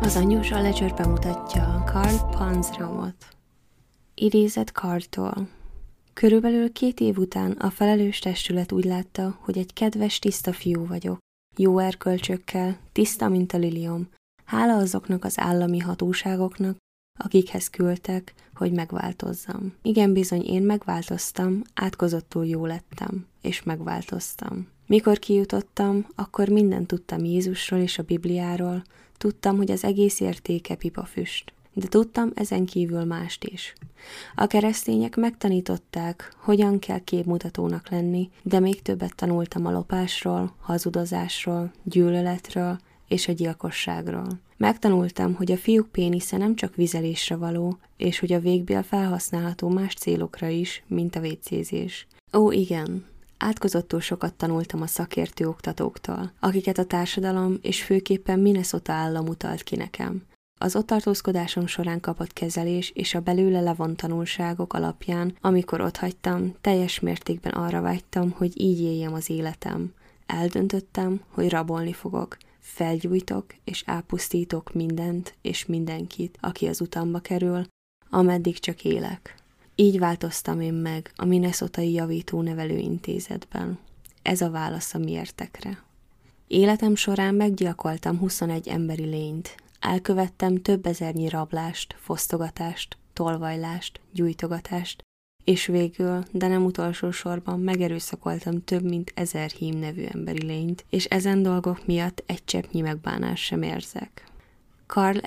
Az Unusual Ledger bemutatja Carl Panzramot. Idézet Carltól. Körülbelül 2 év után a felelős testület úgy látta, hogy egy kedves, tiszta fiú vagyok. Jó erkölcsökkel, tiszta, mint a liliom. Hála azoknak az állami hatóságoknak, akikhez küldtek, hogy megváltozzam. Igen bizony, én megváltoztam, átkozottul jó lettem, és megváltoztam. Mikor kijutottam, akkor mindent tudtam Jézusról és a Bibliáról, tudtam, hogy az egész értéke pipafüst. De tudtam ezen kívül mást is. A keresztények megtanították, hogyan kell képmutatónak lenni, de még többet tanultam a lopásról, hazudozásról, gyűlöletről és a gyilkosságról. Megtanultam, hogy a fiúk pénisze nem csak vizelésre való, és hogy a végbél felhasználható más célokra is, mint a vécézés. Ó, igen! Átkozottul sokat tanultam a szakértő oktatóktól, akiket a társadalom és főképpen Minnesota állam utalt ki nekem. Az ott tartózkodásom során kapott kezelés és a belőle levont tanulságok alapján, amikor otthagytam, teljes mértékben arra vágytam, hogy így éljem az életem. Eldöntöttem, hogy rabolni fogok, felgyújtok és elpusztítok mindent és mindenkit, aki az utamba kerül, ameddig csak élek. Így változtam én meg a Minnesotai Javító-nevelő Intézetben. Ez a válasz a miértekre. Életem során meggyilkoltam 21 emberi lényt. Elkövettem több ezernyi rablást, fosztogatást, tolvajlást, gyújtogatást, és végül, de nem utolsó sorban megerőszakoltam több mint 1000 hím nevű emberi lényt, és ezen dolgok miatt egy cseppnyi megbánást sem érzek. Carl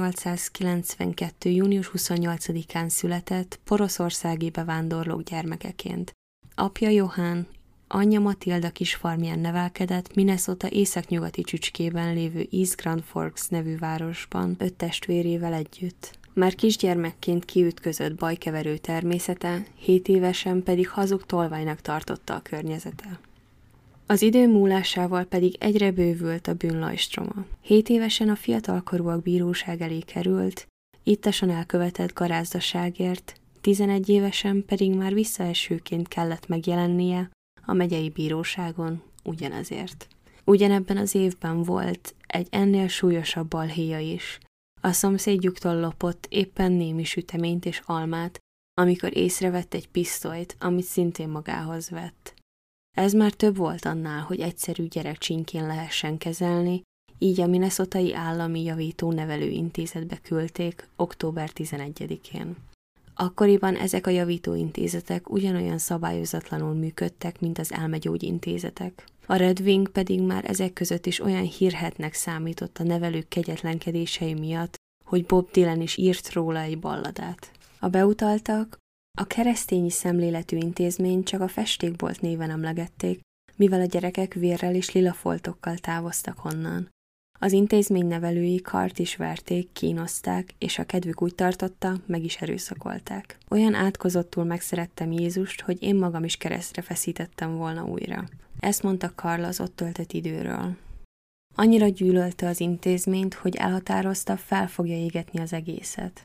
1892. június 28-án született poroszországi bevándorlók gyermekeként. Apja Johann, anyja Matilda kisfarmján nevelkedett Minnesota északnyugati csücskében lévő East Grand Forks nevű városban 5 testvérével együtt. Már kisgyermekként kiütközött bajkeverő természete, 7 évesen pedig hazug tolvajnak tartotta a környezete. Az idő múlásával pedig egyre bővült a bűnlajstroma. 7 évesen a fiatalkorúak bíróság elé került, ittasan elkövetett garázdaságért, 11 évesen pedig már visszaesőként kellett megjelennie a megyei bíróságon ugyanezért. Ugyanebben az évben volt egy ennél súlyosabb balhéja is. A szomszédjuktól lopott éppen némi süteményt és almát, amikor észrevett egy pisztolyt, amit szintén magához vett. Ez már több volt annál, hogy egyszerű gyerek csinkén lehessen kezelni, így a Minnesotai Állami Javító-nevelő Intézetbe küldték október 11-én. Akkoriban ezek a javítóintézetek ugyanolyan szabályozatlanul működtek, mint az elmegyógyintézetek. A Red Wing pedig már ezek között is olyan hírhedtnek számított a nevelők kegyetlenkedései miatt, hogy Bob Dylan is írt róla egy balladát. A beutaltak a keresztényi szemléletű intézményt csak a festékbolt néven emlegették, mivel a gyerekek vérrel és lila foltokkal távoztak onnan. Az intézmény nevelői Carlt is verték, kínozták, és a kedvük úgy tartotta, meg is erőszakolták. Olyan átkozottul megszerettem Jézust, hogy én magam is keresztre feszítettem volna újra. Ezt mondta Carl az ott töltött időről. Annyira gyűlölte az intézményt, hogy elhatározta, fel fogja égetni az egészet.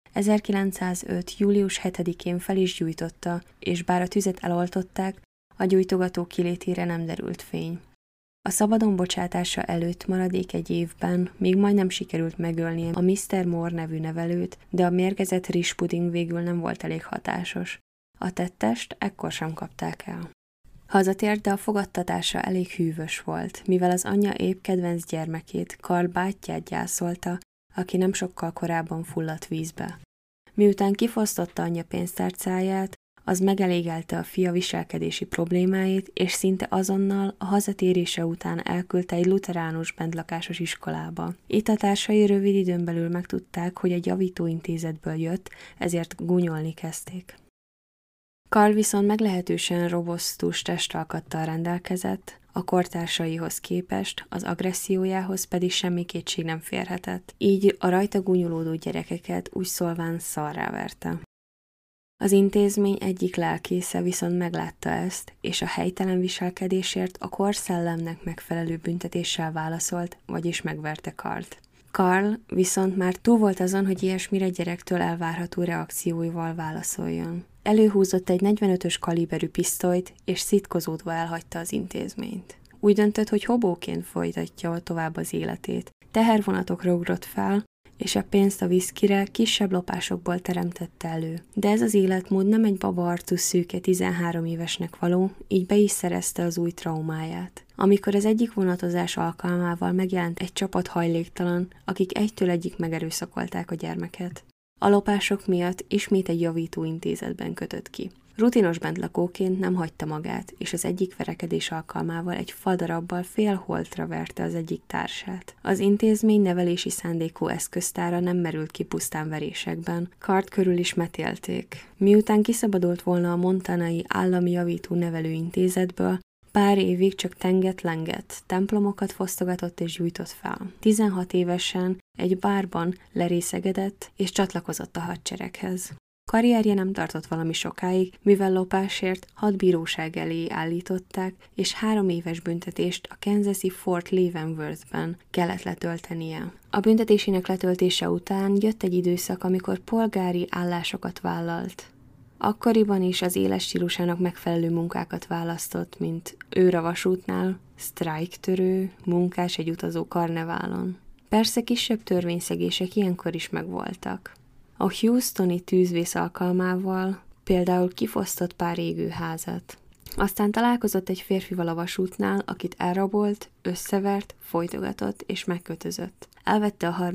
1905. július 7-én fel is gyújtotta, és bár a tüzet eloltották, a gyújtogató kilétére nem derült fény. A szabadon bocsátása előtt maradék egy évben még majdnem sikerült megölnie a Mr. Moore nevű nevelőt, de a mérgezett rizspuding végül nem volt elég hatásos. A tettest ekkor sem kapták el. Hazatért, de a fogadtatása elég hűvös volt, mivel az anyja épp kedvenc gyermekét, Carl bátyját gyászolta, aki nem sokkal korábban fulladt vízbe. Miután kifosztotta anyja pénztárcáját, az megelégelte a fia viselkedési problémáit, és szinte azonnal a hazatérése után elküldte egy luteránus bentlakásos iskolába. Itt a társai rövid időn belül megtudták, hogy egy javítóintézetből jött, ezért gúnyolni kezdték. Carl viszont meglehetősen robosztus testalkattal rendelkezett, a kortársaihoz képest, az agressziójához pedig semmi kétség nem férhetett, így a rajta gúnyolódó gyerekeket úgy szólván szarrá verte. Az intézmény egyik lelkésze viszont meglátta ezt, és a helytelen viselkedésért a korszellemnek megfelelő büntetéssel válaszolt, vagyis megverte Carlt. Carl viszont már túl volt azon, hogy ilyesmire gyerektől elvárható reakcióival válaszoljon. Előhúzott egy 45-ös kaliberű pisztolyt, és szitkozódva elhagyta az intézményt. Úgy döntött, hogy hobóként folytatja tovább az életét, Tehervonatokra ugrott fel, és a pénzt a viszkire kisebb lopásokból teremtette elő. De ez az életmód nem egy babaarcú szűke 13 évesnek való, így be is szerezte az új traumáját. Amikor az egyik vonatozás alkalmával megjelent egy csapat hajléktalan, akik egytől egyik megerőszakolták a gyermeket. A lopások miatt ismét egy javító intézetben kötött ki. Rutinos bentlakóként nem hagyta magát, és az egyik verekedés alkalmával egy fadarabbal félholtra verte az egyik társát. Az intézmény nevelési szándékú eszköztára nem merült ki pusztán verésekben, Cart körül is metélték. Miután kiszabadult volna a montanai állami javító nevelőintézetből, pár évig csak tenget-lenget, templomokat fosztogatott és gyújtott fel. 16 évesen egy bárban lerészegedett és csatlakozott a hadsereghez. Karrierje nem tartott valami sokáig, mivel lopásért 6 bíróság elé állították, és 3 éves büntetést a Kansasi Fort Leavenworthben kellett letöltenie. A büntetésének letöltése után jött egy időszak, amikor polgári állásokat vállalt. Akkoriban is az éles stílusának megfelelő munkákat választott, mint őr a vasútnál, sztrájktörő, munkás egy utazó karneválon. Persze kisebb törvényszegések ilyenkor is megvoltak. A houstoni tűzvész alkalmával például kifosztott pár égőházat. Aztán találkozott egy férfival a vasútnál, akit elrabolt, összevert, folytogatott és megkötözött. Elvette a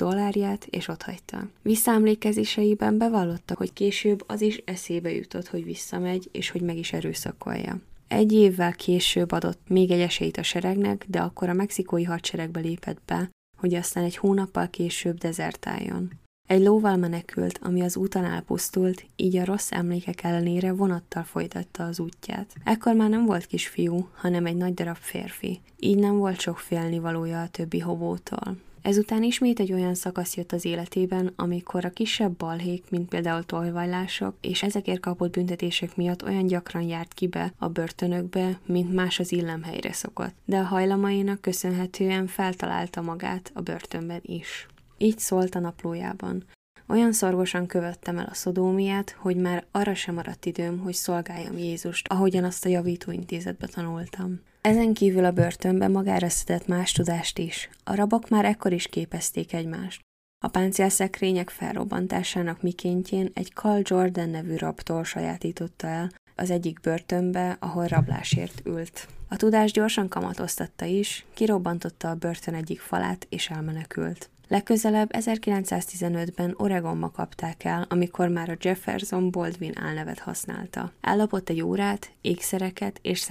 $35 és otthagyta. Visszaemlékezéseiben bevallotta, hogy később az is eszébe jutott, hogy visszamegy, és hogy meg is erőszakolja. 1 évvel később adott még egy esélyt a seregnek, de akkor a mexikói hadseregbe lépett be, hogy aztán egy hónappal később dezertáljon. Egy lóval menekült, ami az úton elpusztult, így a rossz emlékek ellenére vonattal folytatta az útját. Ekkor már nem volt kisfiú, hanem egy nagy darab férfi, így nem volt sok félnivalója a többi hobótól. Ezután ismét egy olyan szakasz jött az életében, amikor a kisebb balhék, mint például tolvajlások, és ezekért kapott büntetések miatt olyan gyakran járt ki be a börtönökbe, mint más az illemhelyre szokott, de a hajlamainak köszönhetően feltalálta magát a börtönben is. Így szólt a naplójában. Olyan szorgosan követtem el a szodómiát, hogy már arra sem maradt időm, hogy szolgáljam Jézust, ahogyan azt a javítóintézetbe tanultam. Ezen kívül a börtönben magára szedett más tudást is. A rabok már ekkor is képezték egymást. A páncélszekrények felrobbantásának mikéntjén egy Cal Jordan nevű rabtól sajátította el az egyik börtönbe, ahol rablásért ült. A tudást gyorsan kamatoztatta is, kirobbantotta a börtön egyik falát és elmenekült. Legközelebb 1915-ben Oregonba kapták el, amikor már a Jefferson Baldwin álnevet használta. Ellopott egy órát, ékszereket és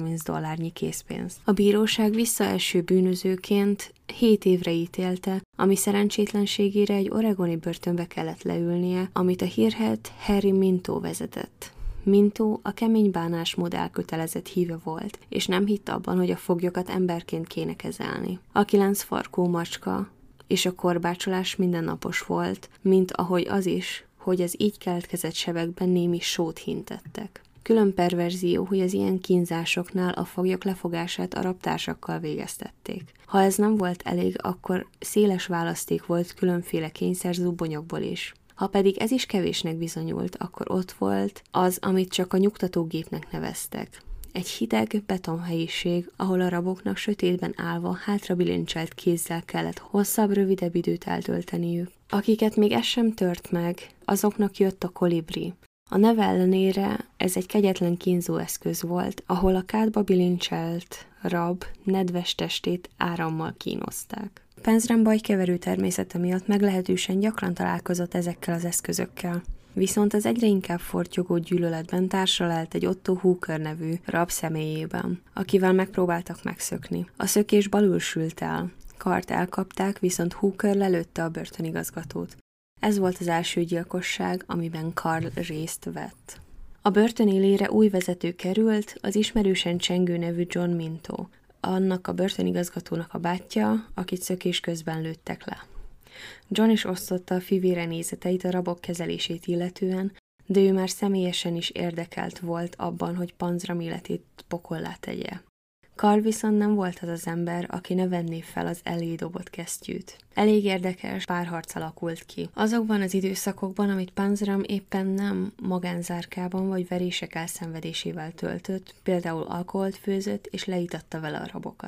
$130 készpénzt. A bíróság visszaeső bűnözőként 7 évre ítélte, ami szerencsétlenségére egy oregoni börtönbe kellett leülnie, amit a hírhedt Harry Minto vezetett. Minto a kemény bánásmód elkötelezett híve volt, és nem hitt abban, hogy a foglyokat emberként kéne kezelni. A 9 farkú macska és a korbácsolás mindennapos volt, mint ahogy az is, hogy az így keletkezett sebekben némi sót hintettek. Külön perverzió, hogy az ilyen kínzásoknál a foglyok lefogását a rabtársakkal végeztették. Ha ez nem volt elég, akkor széles választék volt különféle kényszerzubonyokból is. Ha pedig ez is kevésnek bizonyult, akkor ott volt az, amit csak a nyugtatógépnek neveztek. Egy hideg betonhelyiség, ahol a raboknak sötétben állva hátra bilincselt kézzel kellett hosszabb, rövidebb időt eltölteniük. Akiket még ez sem tört meg, azoknak jött a kolibri. A neve ellenére ez egy kegyetlen kínzóeszköz volt, ahol a kádba bilincselt rab nedves testét árammal kínozták. Penzrem bajkeverő természete miatt meglehetősen gyakran találkozott ezekkel az eszközökkel. Viszont az egyre inkább fortyogó gyűlöletben társra lelt egy Otto Hooker nevű rab személyében, akivel megpróbáltak megszökni. A szökés balul sült el. Cart elkapták, viszont Hooker lelőtte a börtönigazgatót. Ez volt az első gyilkosság, amiben Carl részt vett. A börtön élére új vezető került, az ismerősen csengő nevű John Minto, annak a börtönigazgatónak a bátyja, akit szökés közben lőttek le. John is osztotta a fivére nézeteit a rabok kezelését illetően, de ő már személyesen is érdekelt volt abban, hogy Panzram életét pokollá tegye. Carl viszont nem volt az az ember, aki ne venné fel az elé dobott kesztyűt. Elég érdekes párharc alakult ki. Azokban az időszakokban, amit Panzram éppen nem magánzárkában vagy verések elszenvedésével töltött, például alkoholt főzött és leítatta vele a rabokat.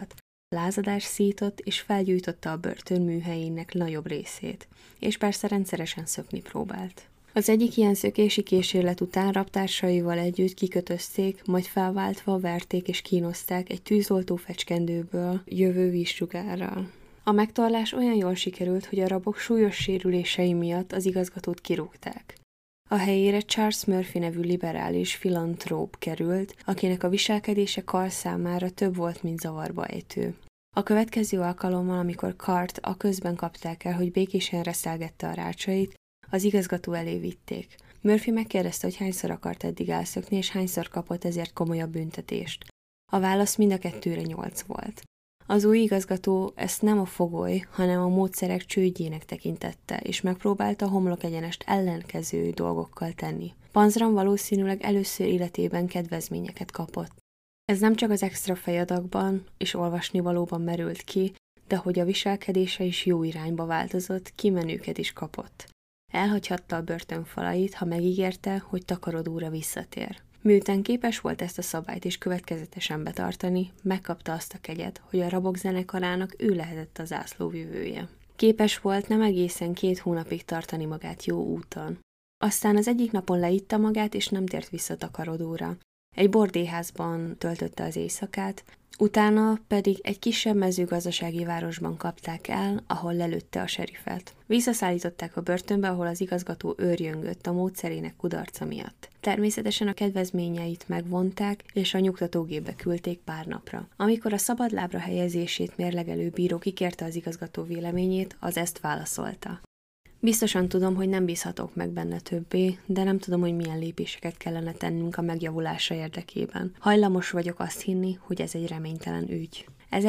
Lázadás szított és felgyújtotta a börtön műhelyének nagyobb részét, és persze rendszeresen szökni próbált. Az egyik ilyen szökési kísérlet után raptársaival együtt kikötözték, majd felváltva verték és kínozták egy tűzoltó fecskendőből jövő vízsugárral. A megtorlás olyan jól sikerült, hogy a rabok súlyos sérülései miatt az igazgatót kirúgták. A helyére Charles Murphy nevű liberális filantróp került, akinek a viselkedése Carl számára több volt, mint zavarba ejtő. A következő alkalommal, amikor Carlt a közben kapták el, hogy békésen reszelgette a rácsait, az igazgató elé vitték. Murphy megkérdezte, hogy hányszor akart eddig elszökni, és hányszor kapott ezért komolyabb büntetést. A válasz mind a kettőre 8 volt. Az új igazgató ezt nem a fogoly, hanem a módszerek csődjének tekintette, és megpróbálta homlok egyenest ellenkező dolgokkal tenni. Panzram valószínűleg először életében kedvezményeket kapott. Ez nem csak az extra fejadagban és olvasnivalóban merült ki, de hogy a viselkedése is jó irányba változott, kimenőket is kapott. Elhagyhatta a börtön falait, ha megígérte, hogy takarodóra visszatér. Miután képes volt ezt a szabályt is következetesen betartani, megkapta azt a kegyet, hogy a rabok zenekarának ő lehetett a zászlóvivője. Képes volt nem egészen 2 hónapig tartani magát jó úton. Aztán az egyik napon leitta magát, és nem tért vissza takarodóra. Egy bordélyházban töltötte az éjszakát, utána pedig egy kisebb mezőgazdasági városban kapták el, ahol lelőtte a serifet. Visszaszállították a börtönbe, ahol az igazgató őrjöngött a módszerének kudarca miatt. Természetesen a kedvezményeit megvonták, és a nyugtatógépbe küldték pár napra. Amikor a szabadlábra helyezését mérlegelő bíró kikérte az igazgató véleményét, az ezt válaszolta. Biztosan tudom, hogy nem bízhatok meg benne többé, de nem tudom, hogy milyen lépéseket kellene tennünk a megjavulása érdekében. Hajlamos vagyok azt hinni, hogy ez egy reménytelen ügy.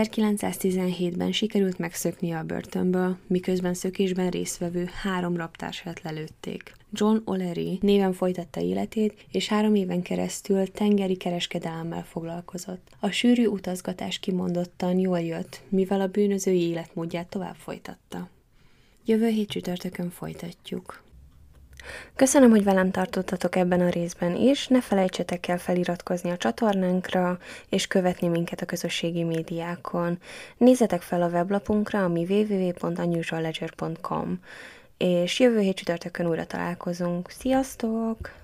1917-ben sikerült megszöknie a börtönből, miközben szökésben résztvevő 3 raptársát lelőtték. John O'Leary néven folytatta életét, és 3 éven keresztül tengeri kereskedelemmel foglalkozott. A sűrű utazgatás kimondottan jól jött, mivel a bűnözői életmódját tovább folytatta. Jövő hét csütörtökön folytatjuk. Köszönöm, hogy velem tartottatok ebben a részben is, ne felejtsetek el feliratkozni a csatornánkra, és követni minket a közösségi médiákon. Nézzetek fel a weblapunkra, ami www.unusualledger.com, és jövő hét csütörtökön újra találkozunk. Sziasztok!